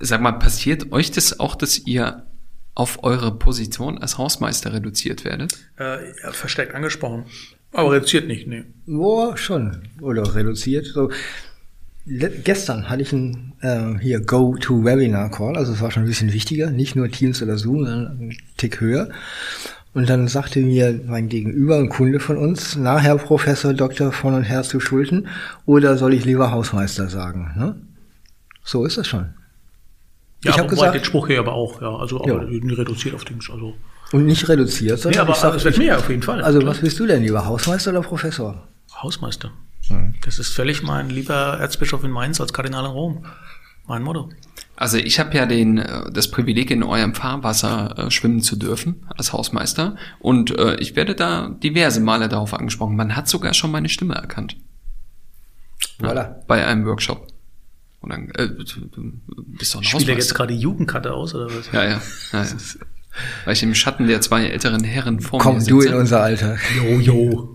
Sag mal, passiert euch das auch, dass ihr auf eure Position als Hausmeister reduziert werdet? Versteckt angesprochen. Aber reduziert nicht, nee. Oh, schon. Oder reduziert. So. Gestern hatte ich einen hier Go-to-Webinar-Call, also es war schon ein bisschen wichtiger, nicht nur Teams oder Zoom, sondern einen Tick höher. Und dann sagte mir mein Gegenüber, ein Kunde von uns, na, Herr Professor Dr. von und Herr zu Schulten, oder soll ich lieber Hausmeister sagen? Ne? So ist das schon. Ja, ich habe gesagt, den Spruch hier aber auch, ja, also aber reduziert auf Teams, also. Und nicht reduziert, sondern aber es wird mehr auf jeden Fall. Also klar. Was bist du denn lieber, Hausmeister oder Professor? Hausmeister. Das ist völlig mein lieber Erzbischof in Mainz als Kardinal in Rom. Mein Motto. Also ich habe ja das Privileg, in eurem Fahrwasser schwimmen zu dürfen als Hausmeister. Und ich werde da diverse Male darauf angesprochen. Man hat sogar schon meine Stimme erkannt. Voilà. Ja, bei einem Workshop. Und dann du bist doch ein Hausmeister. Spielt er jetzt gerade die Jugendkarte aus, oder was? Ja. Weil ich im Schatten der zwei älteren Herren vor mir sitze. Komm du in unser Alter. Jo.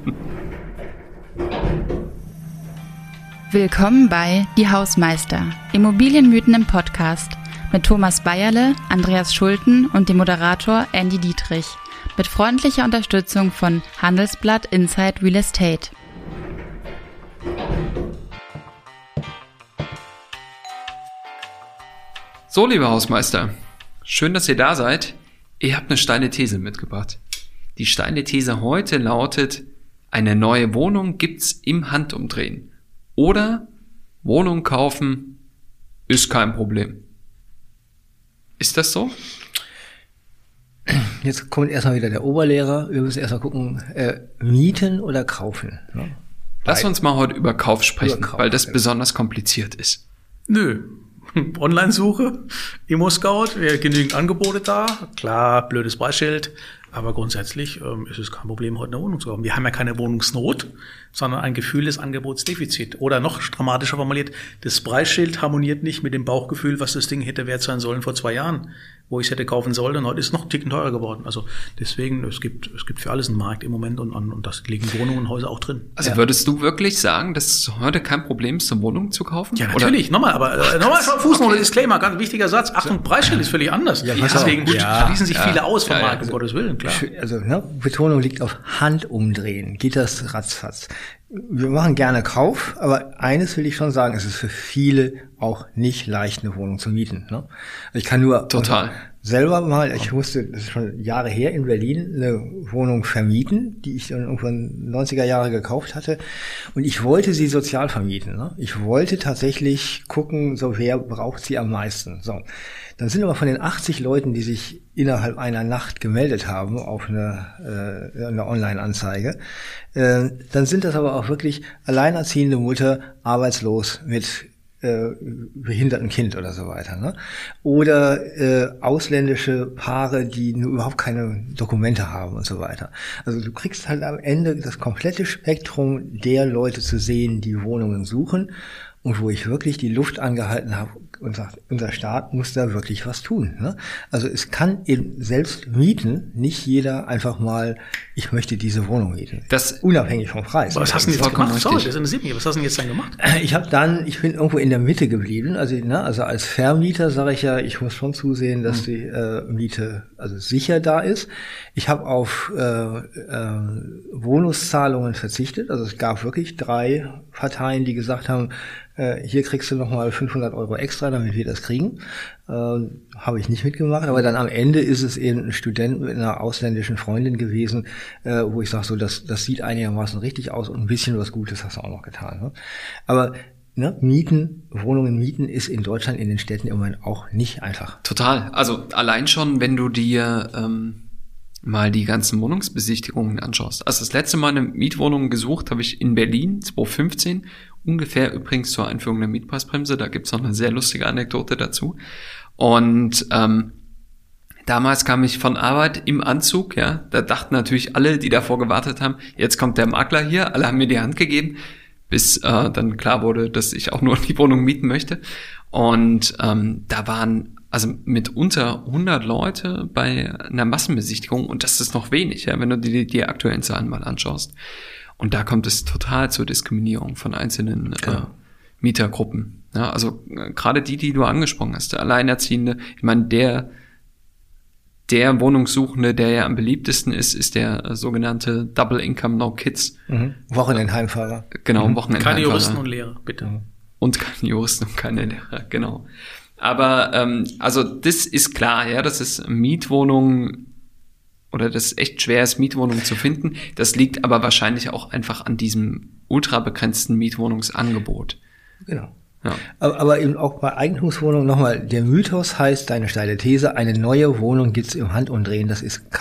Willkommen bei Die Hausmeister, Immobilienmythen im Podcast mit Thomas Bayerle, Andreas Schulten und dem Moderator Andy Dietrich mit freundlicher Unterstützung von Handelsblatt Inside Real Estate. So, liebe Hausmeister, schön, dass ihr da seid. Ihr habt eine steile These mitgebracht. Die steile These heute lautet, eine neue Wohnung gibt's im Handumdrehen. Oder Wohnung kaufen ist kein Problem. Ist das so? Jetzt kommt erstmal wieder der Oberlehrer. Wir müssen erstmal gucken, mieten oder kaufen. Ne? Lass uns mal heute über Kauf sprechen, weil das besonders kompliziert ist. Nö. Online-Suche, Immo-Scout, genügend Angebote da. Klar, blödes Preisschild. Aber grundsätzlich ist es kein Problem, heute eine Wohnung zu haben. Wir haben ja keine Wohnungsnot, sondern ein Gefühl des Angebotsdefizits. Oder noch dramatischer formuliert, das Preisschild harmoniert nicht mit dem Bauchgefühl, was das Ding hätte wert sein sollen vor 2 Jahren, wo ich es hätte kaufen sollen. Und heute ist es noch einen Ticken teurer geworden. Also deswegen, es gibt für alles einen Markt im Moment und das liegen Wohnungen und Häuser auch drin. Also würdest du wirklich sagen, dass es heute kein Problem ist, eine Wohnung zu kaufen? Ja, natürlich. Nochmal Fußnote, Disclaimer, ganz wichtiger Satz. Achtung, Preisschild ist völlig anders. Ja, deswegen schließen sich viele aus vom Markt, um Gottes Willen. Klar. Also Betonung liegt auf Handumdrehen. Geht das ratzfatz. Wir machen gerne Kauf, aber eines will ich schon sagen, es ist für viele auch nicht leicht, eine Wohnung zu mieten. Ne? Ich kann nur selber mal, ich musste, das ist schon Jahre her, in Berlin eine Wohnung vermieten, die ich dann irgendwann 90er Jahre gekauft hatte. Und ich wollte sie sozial vermieten. Ne? Ich wollte tatsächlich gucken, so wer braucht sie am meisten. So. Dann sind aber von den 80 Leuten, die sich innerhalb einer Nacht gemeldet haben auf eine Online-Anzeige, dann sind das aber auch wirklich alleinerziehende Mutter, arbeitslos mit behinderten Kind oder so weiter, ne? Oder ausländische Paare, die nur überhaupt keine Dokumente haben und so weiter. Also du kriegst halt am Ende das komplette Spektrum der Leute zu sehen, die Wohnungen suchen. Und wo ich wirklich die Luft angehalten habe und sagt, unser Staat muss da wirklich was tun. Ne? Also es kann eben selbst mieten, nicht jeder einfach mal, ich möchte diese Wohnung mieten. Das unabhängig vom Preis. Was hast du denn jetzt gemacht? Sorry, das interessiert mich. Was hast du denn jetzt dann gemacht? Ich bin irgendwo in der Mitte geblieben. Also als Vermieter sage ich ja, ich muss schon zusehen, dass die Miete also sicher da ist. Ich habe auf Bonuszahlungen verzichtet. Also es gab wirklich 3 Parteien, die gesagt haben, hier kriegst du nochmal 500 € extra, damit wir das kriegen. Habe ich nicht mitgemacht, aber dann am Ende ist es eben ein Student mit einer ausländischen Freundin gewesen, wo ich sage, so, das sieht einigermaßen richtig aus und ein bisschen was Gutes hast du auch noch getan. Ne? Aber Wohnungen mieten ist in Deutschland in den Städten im Moment auch nicht einfach. Total. Also allein schon, wenn du dir mal die ganzen Wohnungsbesichtigungen anschaust. Also das letzte Mal eine Mietwohnung gesucht habe ich in Berlin 2015, ungefähr übrigens zur Einführung der Mietpreisbremse. Da gibt's noch eine sehr lustige Anekdote dazu. Und damals kam ich von Arbeit im Anzug, ja. Da dachten natürlich alle, die davor gewartet haben, jetzt kommt der Makler hier. Alle haben mir die Hand gegeben, bis dann klar wurde, dass ich auch nur die Wohnung mieten möchte. Und da waren also mit unter 100 Leute bei einer Massenbesichtigung, und das ist noch wenig, ja, wenn du dir die aktuellen Zahlen mal anschaust. Und da kommt es total zur Diskriminierung von einzelnen Mietergruppen. Ja, also gerade die du angesprochen hast, der Alleinerziehende, ich meine, der Wohnungssuchende, der ja am beliebtesten ist der sogenannte Double Income No Kids. Wochenendheimfahrer. Genau, Wochenendheimfahrer. Keine Juristen und Lehrer, bitte. Und keine Juristen und keine Lehrer, genau. Aber also das ist klar, ja, das ist Mietwohnungen oder das ist echt schwer ist, Mietwohnungen zu finden. Das liegt aber wahrscheinlich auch einfach an diesem ultra begrenzten Mietwohnungsangebot. Genau. Ja. Aber eben auch bei Eigentumswohnungen nochmal, der Mythos heißt, deine steile These, eine neue Wohnung gibt's im Handumdrehen. Das ist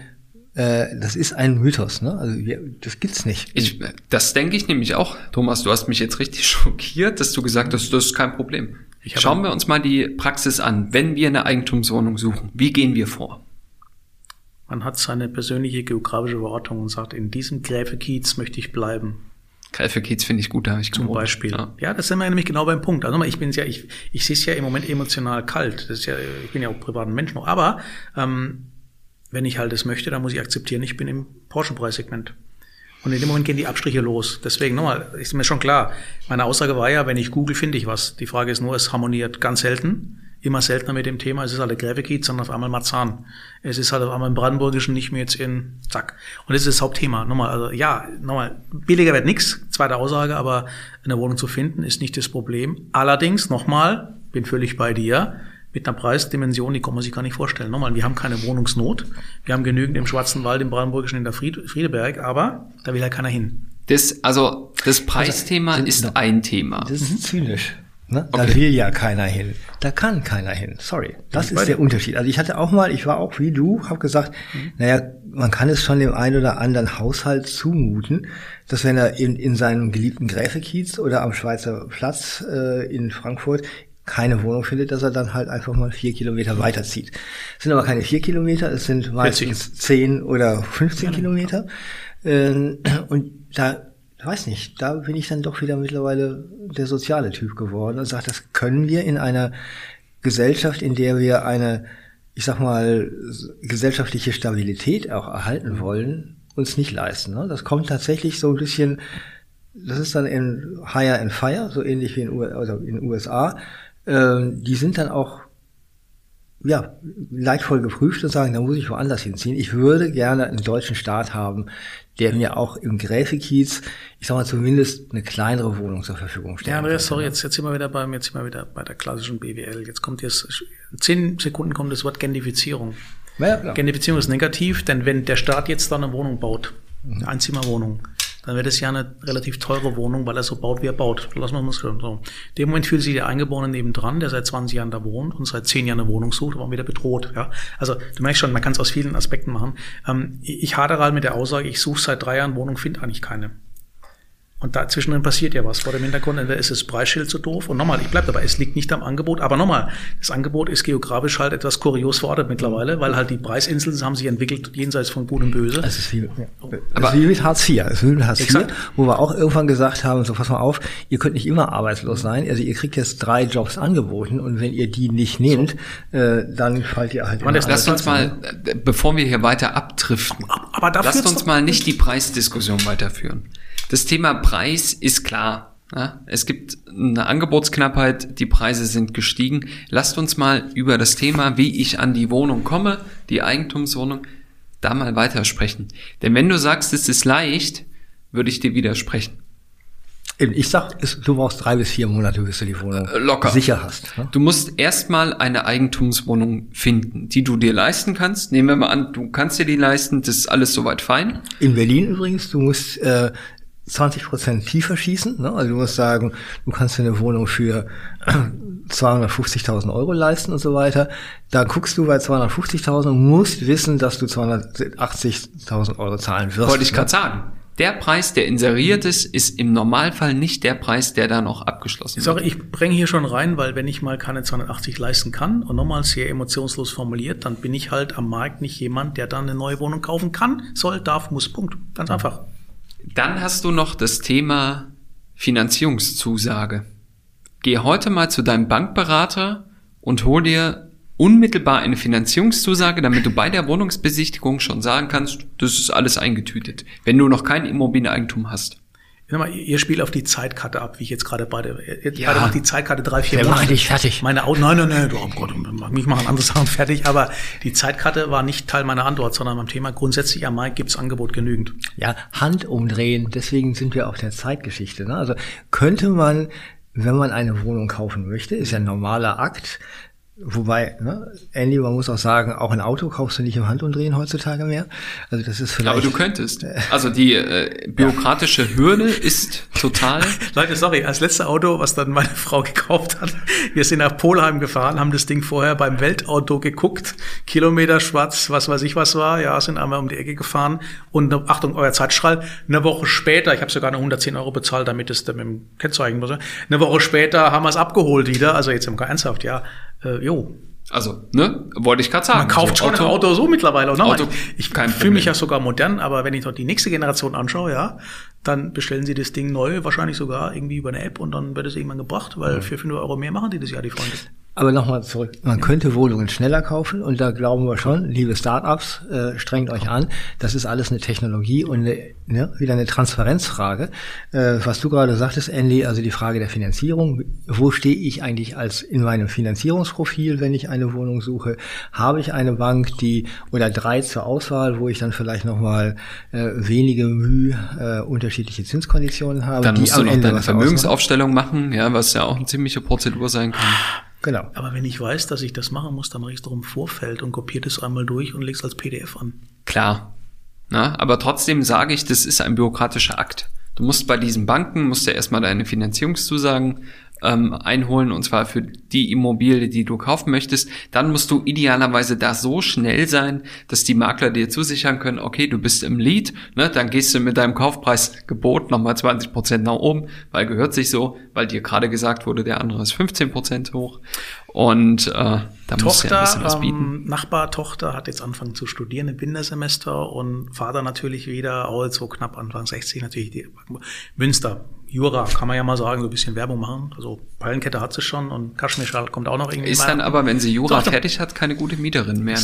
das ist ein Mythos, ne? Also das gibt's nicht. Das denke ich nämlich auch. Thomas, du hast mich jetzt richtig schockiert, dass du gesagt hast, das ist kein Problem. Schauen wir uns mal die Praxis an. Wenn wir eine Eigentumswohnung suchen, wie gehen wir vor? Man hat seine persönliche geografische Verortung und sagt, in diesem Gräfekiez möchte ich bleiben. Gräfekiez finde ich gut, da habe ich zum Beispiel. Ja, das sind wir nämlich genau beim Punkt. Also ich sehe es ja im Moment emotional kalt. Das ist ja, ich bin ja auch privaten Mensch noch. Aber wenn ich halt das möchte, dann muss ich akzeptieren, ich bin im Porsche-Preissegment. Und in dem Moment gehen die Abstriche los. Deswegen nochmal, ist mir schon klar. Meine Aussage war ja, wenn ich google, finde ich was. Die Frage ist nur, es harmoniert ganz selten. Immer seltener mit dem Thema. Es ist halt der Gräfekiez, sondern auf einmal Marzahn. Es ist halt auf einmal im Brandenburgischen, nicht mehr jetzt in zack. Und das ist das Hauptthema. Nochmal, billiger wird nix, zweite Aussage, aber eine Wohnung zu finden ist nicht das Problem. Allerdings, nochmal, bin völlig bei dir, mit einer Preisdimension, die kann man sich gar nicht vorstellen. Nochmal, wir haben keine Wohnungsnot. Wir haben genügend im Schwarzenwald, im Brandenburgischen, in der Friedeberg, aber da will ja keiner hin. Das Preisthema ist ein Thema. Das ist zynisch. Ne? Okay. Da will ja keiner hin. Da kann keiner hin. Sorry. Das ist der Unterschied. Also ich war auch wie du, habe gesagt, man kann es schon dem einen oder anderen Haushalt zumuten, dass wenn er in seinem geliebten Gräfekiez oder am Schweizer Platz in Frankfurt keine Wohnung findet, dass er dann halt einfach mal 4 Kilometer weiterzieht. Es sind aber keine 4 Kilometer, es sind meistens 10 oder 15 Kilometer. Und weiß nicht, da bin ich dann doch wieder mittlerweile der soziale Typ geworden und sage, das können wir in einer Gesellschaft, in der wir eine, ich sag mal, gesellschaftliche Stabilität auch erhalten wollen, uns nicht leisten. Ne? Das kommt tatsächlich so ein bisschen, das ist dann in Hire and Fire, so ähnlich wie in den USA. Die sind dann auch leidvoll geprüft und sagen, da muss ich woanders hinziehen. Ich würde gerne einen deutschen Staat haben, der mir auch im Gräfekiez, ich sag mal, zumindest eine kleinere Wohnung zur Verfügung stellt. Ja, Andreas, sorry, jetzt sind wir wieder bei der klassischen BWL. Jetzt kommt in 10 Sekunden kommt das Wort Gentrifizierung. Ja, klar. Gentrifizierung ist negativ, denn wenn der Staat jetzt da eine Wohnung baut, eine Einzimmerwohnung, dann wird es ja eine relativ teure Wohnung, weil er so baut, wie er baut. Lassen wir mal so. In dem Moment fühlt sich der Eingeborene nebendran, der seit 20 Jahren da wohnt und seit 10 Jahren eine Wohnung sucht, aber wieder bedroht. Ja? Also du merkst schon, man kann es aus vielen Aspekten machen. Ich hadere halt mit der Aussage, ich suche seit 3 Jahren Wohnung, finde eigentlich keine. Und dazwischen passiert ja was. Vor dem Hintergrund, entweder ist das Preisschild so doof. Und nochmal, ich bleib dabei, es liegt nicht am Angebot. Aber nochmal, das Angebot ist geografisch halt etwas kurios verortet mittlerweile, weil halt die Preisinseln haben sich entwickelt jenseits von Gut und Böse. Es ist wie mit Hartz IV. Es ist wie mit Hartz IV, wo wir auch irgendwann gesagt haben, so pass mal auf, ihr könnt nicht immer arbeitslos sein. Also ihr kriegt jetzt 3 Jobs angeboten und wenn ihr die nicht nehmt, dann fallt ihr halt Lasst uns mal, bevor wir hier weiter abdriften, lasst uns mal nicht die Preisdiskussion weiterführen. Das Thema Preis ist klar. Ja? Es gibt eine Angebotsknappheit, die Preise sind gestiegen. Lasst uns mal über das Thema, wie ich an die Wohnung komme, die Eigentumswohnung, da mal weitersprechen. Denn wenn du sagst, es ist leicht, würde ich dir widersprechen. Ich sag, du brauchst 3 bis 4 Monate, bis du die Wohnung locker sicher hast. Ne? Du musst erstmal eine Eigentumswohnung finden, die du dir leisten kannst. Nehmen wir mal an, du kannst dir die leisten, das ist alles soweit fein. In Berlin übrigens, du musst 20% tiefer schießen. Ne? Also du musst sagen, du kannst dir eine Wohnung für 250.000 Euro leisten und so weiter. Da guckst du bei 250.000 und musst wissen, dass du 280.000 Euro zahlen wirst. Wollte ich gerade sagen. Der Preis, der inseriert ist im Normalfall nicht der Preis, der da noch abgeschlossen wird. Ich bringe hier schon rein, weil wenn ich mal keine 280 leisten kann und nochmal sehr emotionslos formuliert, dann bin ich halt am Markt nicht jemand, der dann eine neue Wohnung kaufen kann, soll, darf, muss, Punkt. Ganz einfach. Dann hast du noch das Thema Finanzierungszusage. Geh heute mal zu deinem Bankberater und hol dir unmittelbar eine Finanzierungszusage, damit du bei der Wohnungsbesichtigung schon sagen kannst, das ist alles eingetütet, wenn du noch kein Immobilieneigentum hast. Ihr spielt auf die Zeitkarte ab, wie ich jetzt gerade beide macht die Zeitkarte 3-4 Monate. Mach dich fertig. Nein, du, oh Gott, mich machen andere Sachen fertig, aber die Zeitkarte war nicht Teil meiner Antwort, sondern beim Thema grundsätzlich am Markt gibt's Angebot genügend. Ja, Handumdrehen, deswegen sind wir auf der Zeitgeschichte. Ne? Also könnte man, wenn man eine Wohnung kaufen möchte, ist ja ein normaler Akt. Wobei, ne, Andy, man muss auch sagen, auch ein Auto kaufst du nicht im Handumdrehen heutzutage mehr. Also das ist vielleicht. Aber du könntest. Also die bürokratische Hürde ist total. Leute, sorry, als letzte Auto, was dann meine Frau gekauft hat, wir sind nach Polheim gefahren, haben das Ding vorher beim Weltauto geguckt, Kilometer schwarz, was weiß ich was war, ja, sind einmal um die Ecke gefahren und Achtung, euer Zeitstrahl, eine Woche später, ich habe sogar noch 110 € bezahlt, damit es dann mit dem Kennzeichen muss. Eine Woche später haben wir es abgeholt wieder, also jetzt im ernsthaft, ja. Also, ne, wollte ich gerade sagen. Man kauft schon ein Auto so mittlerweile. Oder? Ich fühle mich ja sogar modern, aber wenn ich dort die nächste Generation anschaue, ja, dann bestellen sie das Ding neu, wahrscheinlich sogar irgendwie über eine App und dann wird es irgendwann gebracht, weil für 5 € mehr machen die das ja, die Freunde. Aber nochmal zurück. Man könnte Wohnungen schneller kaufen und da glauben wir schon, liebe Startups, strengt euch an. Das ist alles eine Technologie und wieder eine Transparenzfrage. Was du gerade sagtest, Andy, also die Frage der Finanzierung. Wo stehe ich eigentlich in meinem Finanzierungsprofil, wenn ich eine Wohnung suche? Habe ich eine Bank, oder 3 zur Auswahl, wo ich dann vielleicht nochmal wenige unterschiedliche Zinskonditionen habe? Dann musst du noch deine Vermögensaufstellung machen, ja, was ja auch eine ziemliche Prozedur sein kann. Genau. Aber wenn ich weiß, dass ich das machen muss, dann mache ich es doch im Vorfeld und kopiere das einmal durch und lege es als PDF an. Klar. Na, aber trotzdem sage ich, das ist ein bürokratischer Akt. Du musst bei diesen Banken, ja erstmal deine Finanzierungszusagen einholen, und zwar für die Immobilie, die du kaufen möchtest. Dann musst du idealerweise da so schnell sein, dass die Makler dir zusichern können, okay, du bist im Lead, ne, dann gehst du mit deinem Kaufpreisgebot nochmal 20% nach oben, weil gehört sich so, weil dir gerade gesagt wurde, der andere ist 15% hoch. Und da musst du ja ein bisschen was bieten. Nachbartochter hat jetzt angefangen zu studieren im Wintersemester und Vater natürlich wieder, auch so knapp Anfang 60, natürlich die Münster. Jura, kann man ja mal sagen, so ein bisschen Werbung machen. Also Perlenkette hat sie schon und Kaschmirschal kommt auch noch irgendwie. Ist dann aber, wenn sie Jura fertig hat, keine gute Mieterin mehr,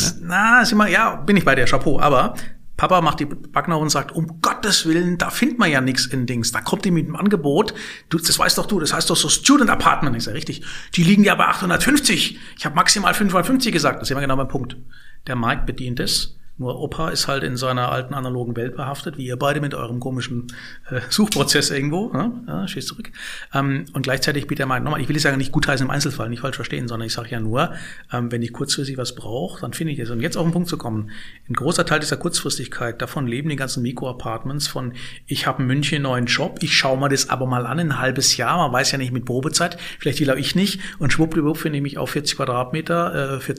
ne? Bin ich bei der, Chapeau. Aber Papa macht die Backner und sagt, um Gottes Willen, da findet man ja nichts in Dings. Da kommt die mit dem Angebot. Das weißt doch du, das heißt doch so Student Apartment. Ich sage, richtig. Die liegen ja bei 850. Ich habe maximal 550 gesagt. Das ist immer genau mein Punkt. Der Markt bedient es. Nur Opa ist halt in seiner alten analogen Welt behaftet, wie ihr beide mit eurem komischen Suchprozess irgendwo. Ja, stehst zurück. Und gleichzeitig bietet der Markt nochmal, ich will es ja nicht gutheißen im Einzelfall, nicht falsch verstehen, sondern ich sage ja nur, wenn ich kurzfristig was brauche, dann finde ich es. Und jetzt auf den Punkt zu kommen. Ein großer Teil dieser Kurzfristigkeit, davon leben die ganzen Mikro-Apartments von, ich habe in München einen neuen Job, ich schaue mir das aber mal an, ein halbes Jahr, man weiß ja nicht mit Probezeit, vielleicht will auch ich nicht, und schwuppdiwupp finde ich mich auf 40 Quadratmeter für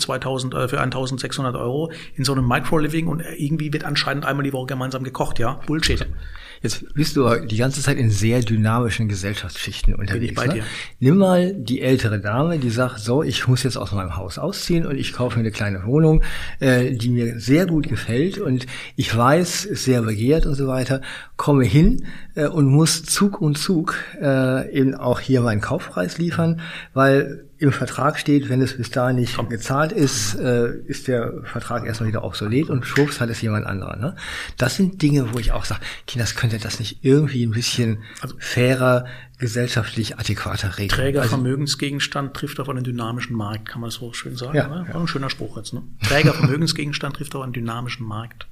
1.600 € in so einem Micro-Living und irgendwie wird anscheinend einmal die Woche gemeinsam gekocht, ja? Bullshit. Jetzt bist du die ganze Zeit in sehr dynamischen Gesellschaftsschichten unterwegs. Bin ich bei dir. Nimm mal die ältere Dame, die sagt, so, ich muss jetzt aus meinem Haus ausziehen und ich kaufe mir eine kleine Wohnung, die mir sehr gut gefällt und ich weiß, ist sehr begehrt und so weiter, komme hin und muss Zug um Zug eben auch hier meinen Kaufpreis liefern, weil im Vertrag steht, wenn es bis dahin nicht gezahlt ist, ist der Vertrag erstmal wieder obsolet und schwupps hat es jemand anderer. Ne? Das sind Dinge, wo ich auch sage, Kinders, könnte das nicht irgendwie ein bisschen fairer, gesellschaftlich adäquater regeln? Trägervermögensgegenstand trifft auf einen dynamischen Markt, kann man das so schön sagen. Ja, ne? War ein schöner Spruch jetzt. Ne? Trägervermögensgegenstand trifft auf einen dynamischen Markt.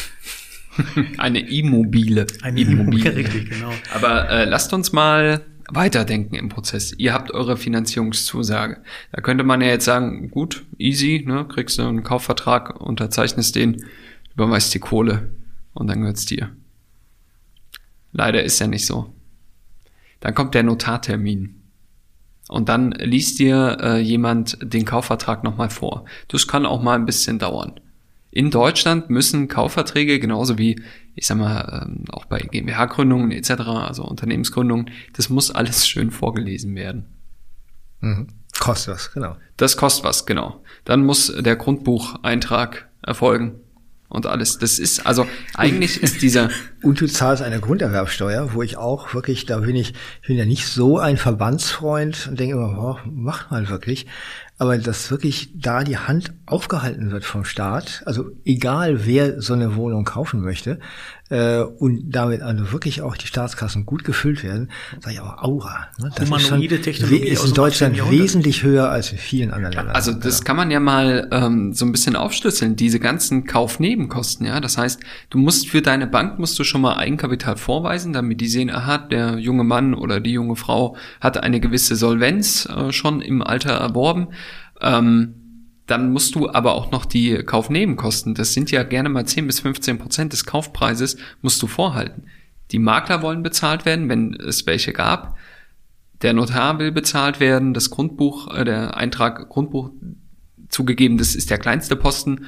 Eine Immobile. Eine Immobile, richtig, genau. Aber lasst uns mal weiterdenken im Prozess. Ihr habt eure Finanzierungszusage. Da könnte man ja jetzt sagen, gut, easy, ne, kriegst du einen Kaufvertrag, unterzeichnest den, überweist die Kohle und dann gehört's dir. Leider ist ja nicht so. Dann kommt der Notartermin. Und dann liest dir jemand den Kaufvertrag nochmal vor. Das kann auch mal ein bisschen dauern. In Deutschland müssen Kaufverträge, genauso wie, ich sag mal, auch bei GmbH-Gründungen etc., also Unternehmensgründungen, das muss alles schön vorgelesen werden. Mhm. Kostet was, genau. Das kostet was, genau. Dann muss der Grundbucheintrag erfolgen und alles. Das ist, also eigentlich ist dieser... Und du zahlst eine Grunderwerbsteuer, wo ich auch wirklich, ich bin ja nicht so ein Verbandsfreund und denke immer, mach mal wirklich. Aber dass wirklich da die Hand aufgehalten wird vom Staat, also egal wer so eine Wohnung kaufen möchte, und damit also wirklich auch die Staatskassen gut gefüllt werden, sage ich auch Aura. Ne? Das humanoide Technologie ist in Deutschland wesentlich höher als in vielen anderen Ländern. Also das kann man ja mal so ein bisschen aufschlüsseln, diese ganzen Kaufnebenkosten, ja. Das heißt, du musst für deine Bank schon mal Eigenkapital vorweisen, damit die sehen, aha, der junge Mann oder die junge Frau hat eine gewisse Solvenz schon im Alter erworben. Dann musst du aber auch noch die Kaufnebenkosten, das sind ja gerne mal 10-15% des Kaufpreises, musst du vorhalten. Die Makler wollen bezahlt werden, wenn es welche gab. Der Notar will bezahlt werden, das Grundbuch, der Eintrag Grundbuch zugegeben, das ist der kleinste Posten.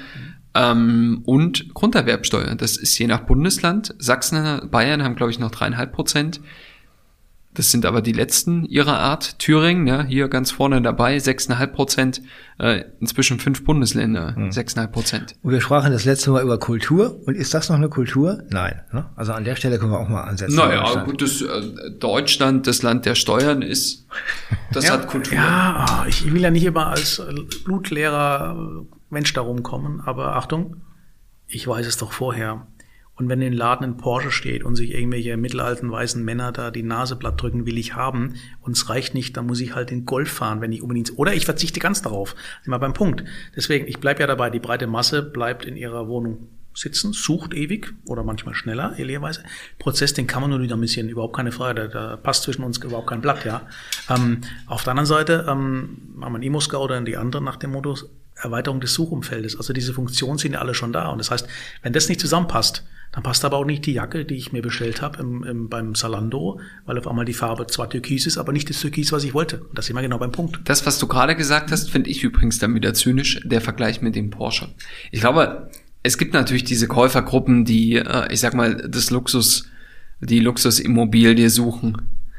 Und Grunderwerbsteuer, das ist je nach Bundesland. Sachsen, Bayern haben, glaube ich, noch 3,5%. Das sind aber die letzten ihrer Art. Thüringen, ja, hier ganz vorne dabei, 6,5%. Inzwischen 5 Bundesländer, 6,5%. Und wir sprachen das letzte Mal über Kultur. Und ist das noch eine Kultur? Nein. Ne? Also an der Stelle können wir auch mal ansetzen. Naja, gut, Deutschland, das Land der Steuern ist, das hat Kultur. Ja, ich will ja nicht immer als blutleerer Mensch darum kommen, aber Achtung, ich weiß es doch vorher. Und wenn in den Laden ein Porsche steht und sich irgendwelche mittelalten weißen Männer da die Nase platt drücken, will ich haben und es reicht nicht, dann muss ich halt den Golf fahren, wenn ich unbedingt, oder ich verzichte ganz darauf. Sind wir beim Punkt. Deswegen, ich bleibe ja dabei, die breite Masse bleibt in ihrer Wohnung sitzen, sucht ewig oder manchmal schneller, ehrlicherweise. Prozess, den kann man nur dynamisieren, überhaupt keine Frage, da passt zwischen uns überhaupt kein Blatt, ja. Auf der anderen Seite machen wir einen Emo-Scout oder die andere nach dem Motto Erweiterung des Suchumfeldes. Also diese Funktionen sind ja alle schon da. Und das heißt, wenn das nicht zusammenpasst, dann passt aber auch nicht die Jacke, die ich mir bestellt habe beim Zalando, weil auf einmal die Farbe zwar türkis ist, aber nicht das Türkis, was ich wollte. Und das ist immer genau beim Punkt. Das, was du gerade gesagt hast, finde ich übrigens dann wieder zynisch, der Vergleich mit dem Porsche. Ich glaube, es gibt natürlich diese Käufergruppen, die, ich sag mal, die Luxusimmobilie suchen.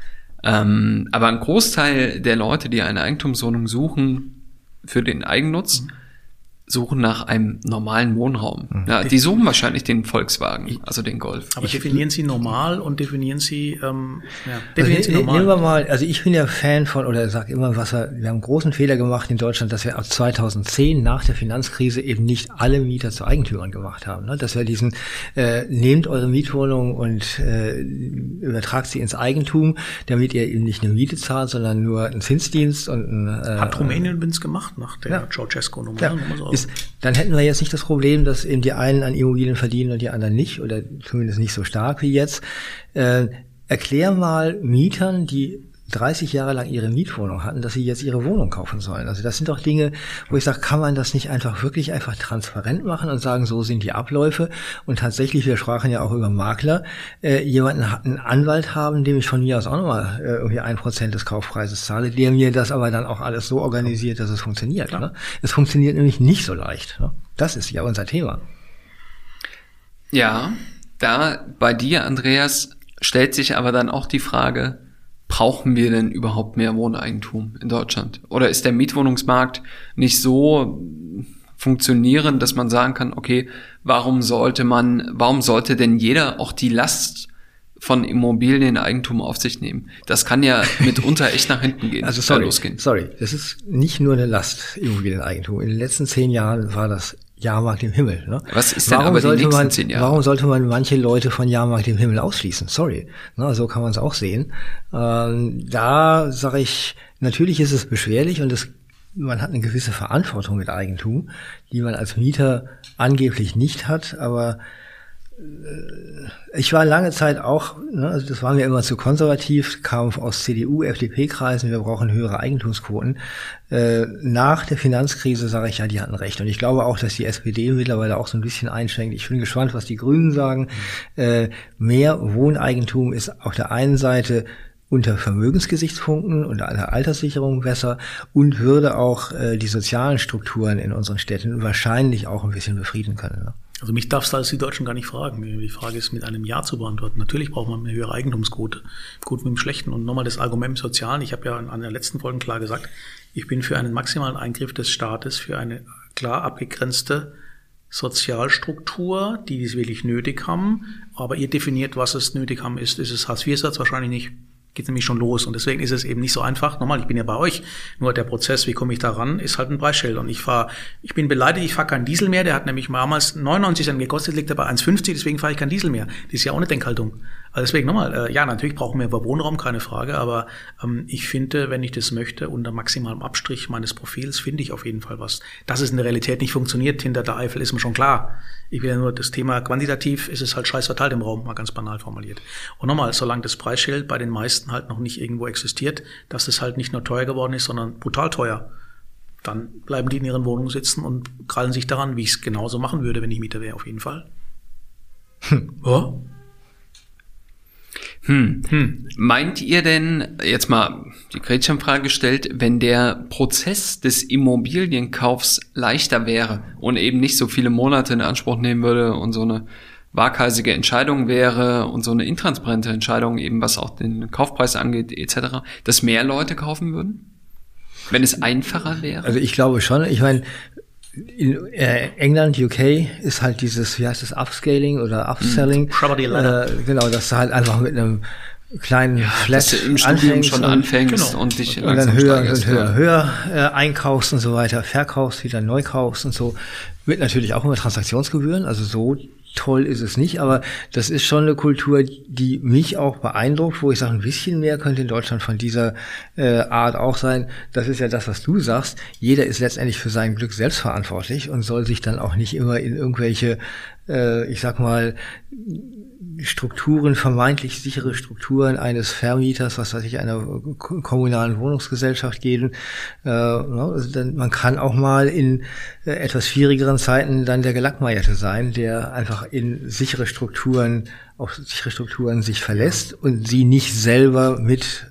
Aber ein Großteil der Leute, die eine Eigentumswohnung suchen für den Eigennutz, suchen nach einem normalen Wohnraum. Ja, die suchen wahrscheinlich den Volkswagen, also den Golf. Aber definieren Sie normal und definieren Sie normal. Nehmen wir mal, also ich bin ja Fan von, oder sag immer, wir haben einen großen Fehler gemacht in Deutschland, dass wir ab 2010 nach der Finanzkrise eben nicht alle Mieter zu Eigentümern gemacht haben. Ne? Dass wir diesen, nehmt eure Mietwohnung und übertragt sie ins Eigentum, damit ihr eben nicht eine Miete zahlt, sondern nur einen Zinsdienst und hat Rumänien übrigens gemacht nach der Ceausescu-Nummer. Ja. Dann hätten wir jetzt nicht das Problem, dass eben die einen an Immobilien verdienen und die anderen nicht, oder zumindest nicht so stark wie jetzt. Erklär mal Mietern, die 30 Jahre lang ihre Mietwohnung hatten, dass sie jetzt ihre Wohnung kaufen sollen. Also das sind doch Dinge, wo ich sage, kann man das nicht einfach transparent machen und sagen, so sind die Abläufe. Und tatsächlich, wir sprachen ja auch über Makler, einen Anwalt haben, dem ich von mir aus auch nochmal irgendwie 1% des Kaufpreises zahle, der mir das aber dann auch alles so organisiert, dass es funktioniert. Ne? Es funktioniert nämlich nicht so leicht. Ne? Das ist ja unser Thema. Ja, da bei dir, Andreas, stellt sich aber dann auch die Frage, brauchen wir denn überhaupt mehr Wohneigentum in Deutschland? Oder ist der Mietwohnungsmarkt nicht so funktionieren, dass man sagen kann, okay, warum sollte denn jeder auch die Last von Immobilieneigentum auf sich nehmen? Das kann ja mitunter echt nach hinten gehen. Also sorry, das ist nicht nur eine Last, Immobilieneigentum. In den letzten 10 Jahren war das Jahrmarkt im Himmel. Ne? Was ist denn aber die nächsten 10 Jahre? Warum sollte man manche Leute von Jahrmarkt im Himmel ausschließen? Sorry. Ne, so kann man es auch sehen. Da sage ich, natürlich ist es beschwerlich und man hat eine gewisse Verantwortung mit Eigentum, die man als Mieter angeblich nicht hat, aber ich war lange Zeit auch, also das war mir immer zu konservativ, kam aus CDU, FDP-Kreisen, wir brauchen höhere Eigentumsquoten. Nach der Finanzkrise sage ich, ja, die hatten recht. Und ich glaube auch, dass die SPD mittlerweile auch so ein bisschen einschränkt. Ich bin gespannt, was die Grünen sagen. Mehr Wohneigentum ist auf der einen Seite unter Vermögensgesichtspunkten und einer Alterssicherung besser und würde auch die sozialen Strukturen in unseren Städten wahrscheinlich auch ein bisschen befrieden können. Ne? Also mich darfst du als die Deutschen gar nicht fragen. Die Frage ist mit einem Ja zu beantworten. Natürlich braucht man eine höhere Eigentumsquote. Gut mit dem Schlechten. Und nochmal das Argument im Sozialen. Ich habe ja an der letzten Folge klar gesagt, ich bin für einen maximalen Eingriff des Staates, für eine klar abgegrenzte Sozialstruktur, die es wirklich nötig haben. Aber ihr definiert, was es nötig haben ist. Ist es Hartz-IV-Satz? Wahrscheinlich nicht. geht nämlich schon los. Und deswegen ist es eben nicht so einfach. Nochmal, ich bin ja bei euch. Nur der Prozess, wie komme ich da ran, ist halt ein Preisschild. Und ich bin beleidigt, ich fahre keinen Diesel mehr. Der hat nämlich damals 99 Cent gekostet, liegt er bei 1,50, deswegen fahre ich keinen Diesel mehr. Das ist ja auch eine Denkhaltung. Also deswegen nochmal, ja, natürlich brauchen wir Wohnraum, keine Frage. Aber ich finde, wenn ich das möchte, unter maximalem Abstrich meines Profils, finde ich auf jeden Fall was. Dass es in der Realität nicht funktioniert hinter der Eifel, ist mir schon klar. Ich will ja nur das Thema quantitativ, ist es halt scheiß verteilt im Raum, mal ganz banal formuliert. Und nochmal, solange das Preisschild bei den meisten halt noch nicht irgendwo existiert, dass es halt nicht nur teuer geworden ist, sondern brutal teuer, dann bleiben die in ihren Wohnungen sitzen und krallen sich daran, wie ich es genauso machen würde, wenn ich Mieter wäre, auf jeden Fall. Ja. Meint ihr denn, jetzt mal die Gretchenfrage gestellt, wenn der Prozess des Immobilienkaufs leichter wäre und eben nicht so viele Monate in Anspruch nehmen würde und so eine waghalsige Entscheidung wäre und so eine intransparente Entscheidung eben, was auch den Kaufpreis angeht etc., dass mehr Leute kaufen würden? Wenn es einfacher wäre? Also ich glaube schon. Ich meine, in England, UK ist halt dieses, wie heißt das, Upscaling oder Upselling. Property Ladder. Genau, dass du halt einfach mit einem kleinen Flat dass du im Studium schon anfängst genau. und dich und dann höher einkaufst und so weiter, verkaufst, wieder neu kaufst und so. Mit natürlich auch immer Transaktionsgebühren, also so toll ist es nicht, aber das ist schon eine Kultur, die mich auch beeindruckt, wo ich sage, ein bisschen mehr könnte in Deutschland von dieser Art auch sein. Das ist ja das, was du sagst. Jeder ist letztendlich für sein Glück selbst verantwortlich und soll sich dann auch nicht immer in irgendwelche, ich sag mal, Strukturen, vermeintlich sichere Strukturen eines Vermieters, was weiß ich, einer kommunalen Wohnungsgesellschaft gehen. Also man kann auch mal in etwas schwierigeren Zeiten dann der Gelackmeierte sein, der einfach in sichere Strukturen sich verlässt und sie nicht selber mit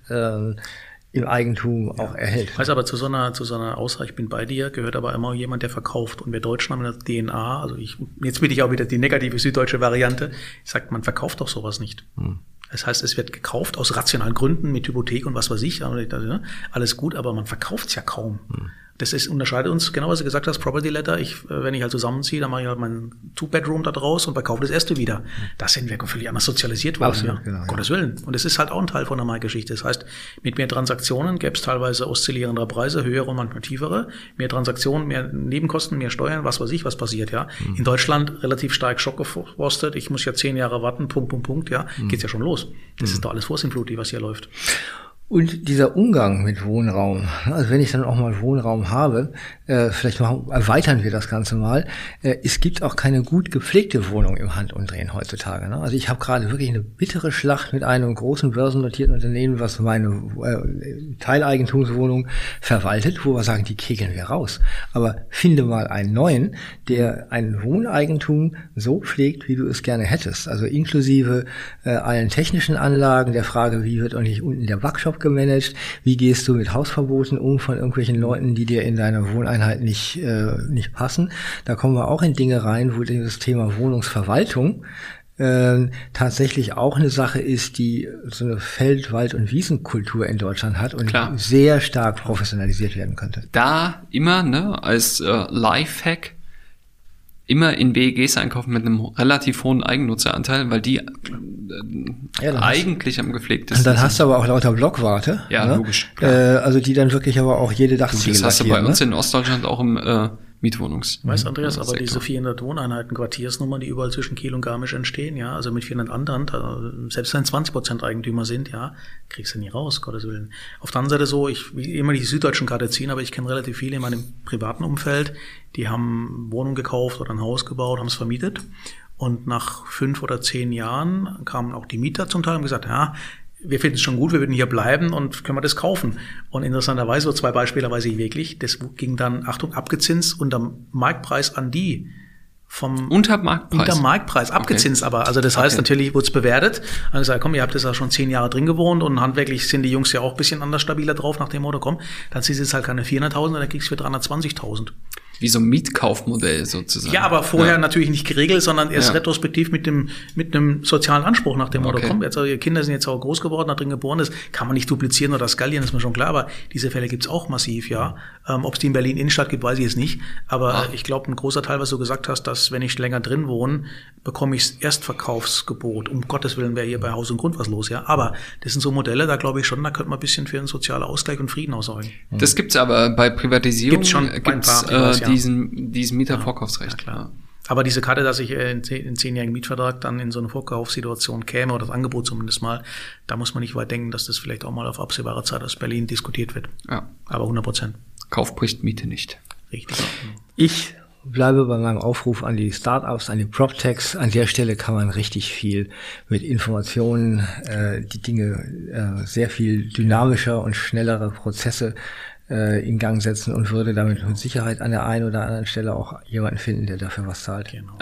im Eigentum auch erhält. Weiß aber zu so einer Aussage, ich bin bei dir, gehört aber immer jemand, der verkauft. Und wir Deutschen haben eine DNA, also jetzt bitte ich auch wieder die negative süddeutsche Variante, ich sage, man verkauft doch sowas nicht. Das heißt, es wird gekauft aus rationalen Gründen mit Hypothek und was weiß ich, alles gut, aber man verkauft es ja kaum. Das unterscheidet uns, genau was du gesagt hast, Property Letter. Wenn ich halt zusammenziehe, dann mache ich halt mein Two-Bedroom da draus und verkaufe das erste wieder. Da sind wir völlig anders sozialisiert worden. Absolut, ja. genau, Gottes Willen. Und das ist halt auch ein Teil von der Mai-Geschichte. Das heißt, mit mehr Transaktionen gäbe es teilweise oszillierendere Preise, höhere und manchmal tiefere. Mehr Transaktionen, mehr Nebenkosten, mehr Steuern, was weiß ich, was passiert, ja. In Deutschland relativ stark schockgefrostet. Ich muss ja 10 Jahre warten, Punkt, ja. Geht's ja schon los. Das ist doch alles Vorsinnflut, was hier läuft. Und dieser Umgang mit Wohnraum, also wenn ich dann auch mal Wohnraum habe, vielleicht erweitern wir das Ganze mal, es gibt auch keine gut gepflegte Wohnung im Handumdrehen heutzutage. Ne? Also ich habe gerade wirklich eine bittere Schlacht mit einem großen börsennotierten Unternehmen, was meine Teileigentumswohnung verwaltet, wo wir sagen, die kegeln wir raus. Aber finde mal einen neuen, der ein Wohneigentum so pflegt, wie du es gerne hättest. Also inklusive allen technischen Anlagen, der Frage, wie wird eigentlich unten der Backshop gemanagt, wie gehst du mit Hausverboten um von irgendwelchen Leuten, die dir in deiner Wohneinheit nicht passen. Da kommen wir auch in Dinge rein, wo das Thema Wohnungsverwaltung tatsächlich auch eine Sache ist, die so eine Feld-, Wald- und Wiesenkultur in Deutschland hat und sehr stark professionalisiert werden könnte. Da immer, als Lifehack, immer in WEGs einkaufen mit einem relativ hohen Eigennutzeranteil, weil die eigentlich am gepflegtesten sind. Dann hast du aber auch lauter Blockwarte. Ja, ne? Logisch. Also die dann wirklich aber auch jede Dachziegel das hast du bei uns in Ostdeutschland auch im Mietwohnungs. Andreas, aber diese 400 Wohneinheiten, Quartiersnummern, die überall zwischen Kiel und Garmisch entstehen, ja, also mit 400 anderen, selbst wenn 20% Eigentümer sind, ja, kriegst du nie raus, Gottes Willen. Auf der anderen Seite so, ich will immer die süddeutschen Karte ziehen, aber ich kenne relativ viele in meinem privaten Umfeld, die haben Wohnung gekauft oder ein Haus gebaut, haben es vermietet und nach 5 oder 10 Jahren kamen auch die Mieter zum Teil und haben gesagt, ja, wir finden es schon gut, wir würden hier bleiben und können wir das kaufen. Und interessanterweise, so 2 Beispiele weiß ich wirklich, das ging dann, Achtung, abgezinst unterm Marktpreis an die Unter Marktpreis, abgezinst aber. Also das heißt, natürlich wurde es bewertet. Also gesagt, komm, ihr habt das ja schon 10 Jahre drin gewohnt und handwerklich sind die Jungs ja auch ein bisschen anders stabiler drauf nach dem Motto, komm, dann ziehst du jetzt halt keine 400.000, dann kriegst du für 320.000. wie so ein Mietkaufmodell sozusagen. Ja, aber vorher natürlich nicht geregelt, sondern erst retrospektiv mit einem sozialen Anspruch nach dem Motto, komm, jetzt, also die Kinder sind jetzt auch groß geworden, da drin geboren ist, kann man nicht duplizieren oder skalieren, ist mir schon klar, aber diese Fälle gibt's auch massiv, ja. Ob es die in Berlin Innenstadt gibt, weiß ich jetzt nicht, aber ich glaube, ein großer Teil, was du gesagt hast, dass wenn ich länger drin wohne, bekomme ich das Erstverkaufsgebot. Um Gottes Willen wäre hier bei Haus und Grund was los, ja. Aber das sind so Modelle, da glaube ich schon, da könnte man ein bisschen für einen sozialen Ausgleich und Frieden aussorgen. Das gibt's aber bei Privatisierung, gibt's diesen Mietervorkaufsrecht. Ja, klar. Aber diese Karte, dass ich in 10-jährigen Mietvertrag dann in so eine Vorkaufssituation käme, oder das Angebot zumindest mal, da muss man nicht weit denken, dass das vielleicht auch mal auf absehbare Zeit aus Berlin diskutiert wird. Ja. Aber 100%. Kauf bricht Miete nicht. Richtig. Ich bleibe bei meinem Aufruf an die Startups, an die PropTechs. An der Stelle kann man richtig viel mit Informationen, die Dinge sehr viel dynamischer und schnellere Prozesse in Gang setzen und würde damit mit Sicherheit an der einen oder anderen Stelle auch jemanden finden, der dafür was zahlt. Genau.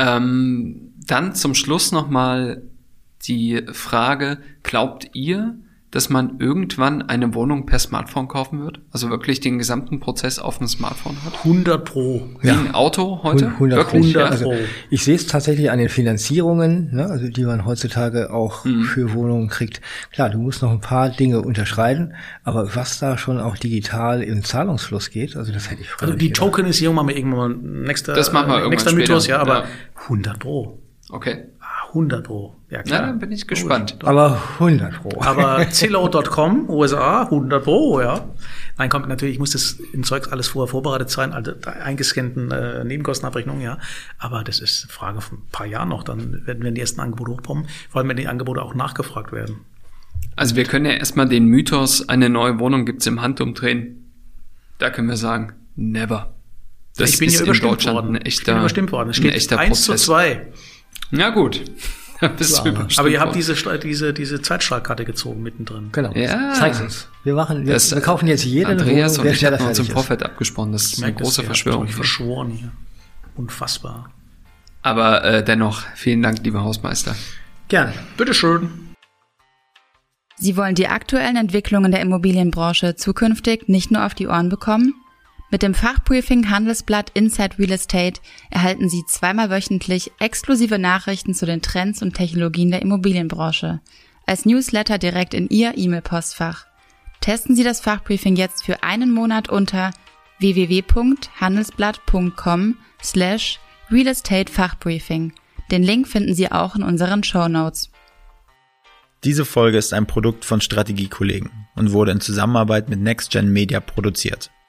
Dann zum Schluss nochmal die Frage, glaubt ihr, dass man irgendwann eine Wohnung per Smartphone kaufen wird? Also wirklich den gesamten Prozess auf dem Smartphone hat? 100%. Wie ein Auto heute? 100%. Ja? Also ich sehe es tatsächlich an den Finanzierungen, ne, also die man heutzutage auch für Wohnungen kriegt. Klar, du musst noch ein paar Dinge unterschreiben, aber was da schon auch digital im Zahlungsfluss geht, also das hätte ich früher Also die nicht gedacht. Tokenisierung machen wir irgendwann mal nächster Mythos, ja, aber 100%. Okay. 100%. Ja, klar. Na, dann bin ich gespannt. Aber 100%. Aber Zillow.com, USA, 100%, ja. Nein, kommt natürlich, muss das in Zeugs alles vorher vorbereitet sein, also eingescannten Nebenkostenabrechnungen, ja. Aber das ist eine Frage von ein paar Jahren noch, dann werden wir die ersten Angebote hochkommen, vor allem wenn die Angebote auch nachgefragt werden. Also wir können ja erstmal den Mythos, eine neue Wohnung gibt's im Handumdrehen. Da können wir sagen, never. Das ich bin ist ja in überstimmt Deutschland worden. ein echter, ich bin überstimmt worden. Es steht 1:2. Na gut. Da bist du überstimmt Aber ihr habt worden. diese Zeitstrahlkarte gezogen mittendrin. Genau. Ja. Zeig's uns. Wir kaufen jetzt jede Andreas Wohnung, und ich hatten uns im fertig ist. Vorfeld abgesprochen. Das ist eine große Verschwörung. Verschworen hier. Unfassbar. Aber dennoch, vielen Dank, lieber Hausmeister. Gerne. Bitteschön. Sie wollen die aktuellen Entwicklungen der Immobilienbranche zukünftig nicht nur auf die Ohren bekommen? Mit dem Fachbriefing Handelsblatt Inside Real Estate erhalten Sie zweimal wöchentlich exklusive Nachrichten zu den Trends und Technologien der Immobilienbranche. Als Newsletter direkt in Ihr E-Mail-Postfach. Testen Sie das Fachbriefing jetzt für einen Monat unter www.handelsblatt.com/Real Estate Fachbriefing. Den Link finden Sie auch in unseren Shownotes. Diese Folge ist ein Produkt von Strategiekollegen und wurde in Zusammenarbeit mit NextGen Media produziert.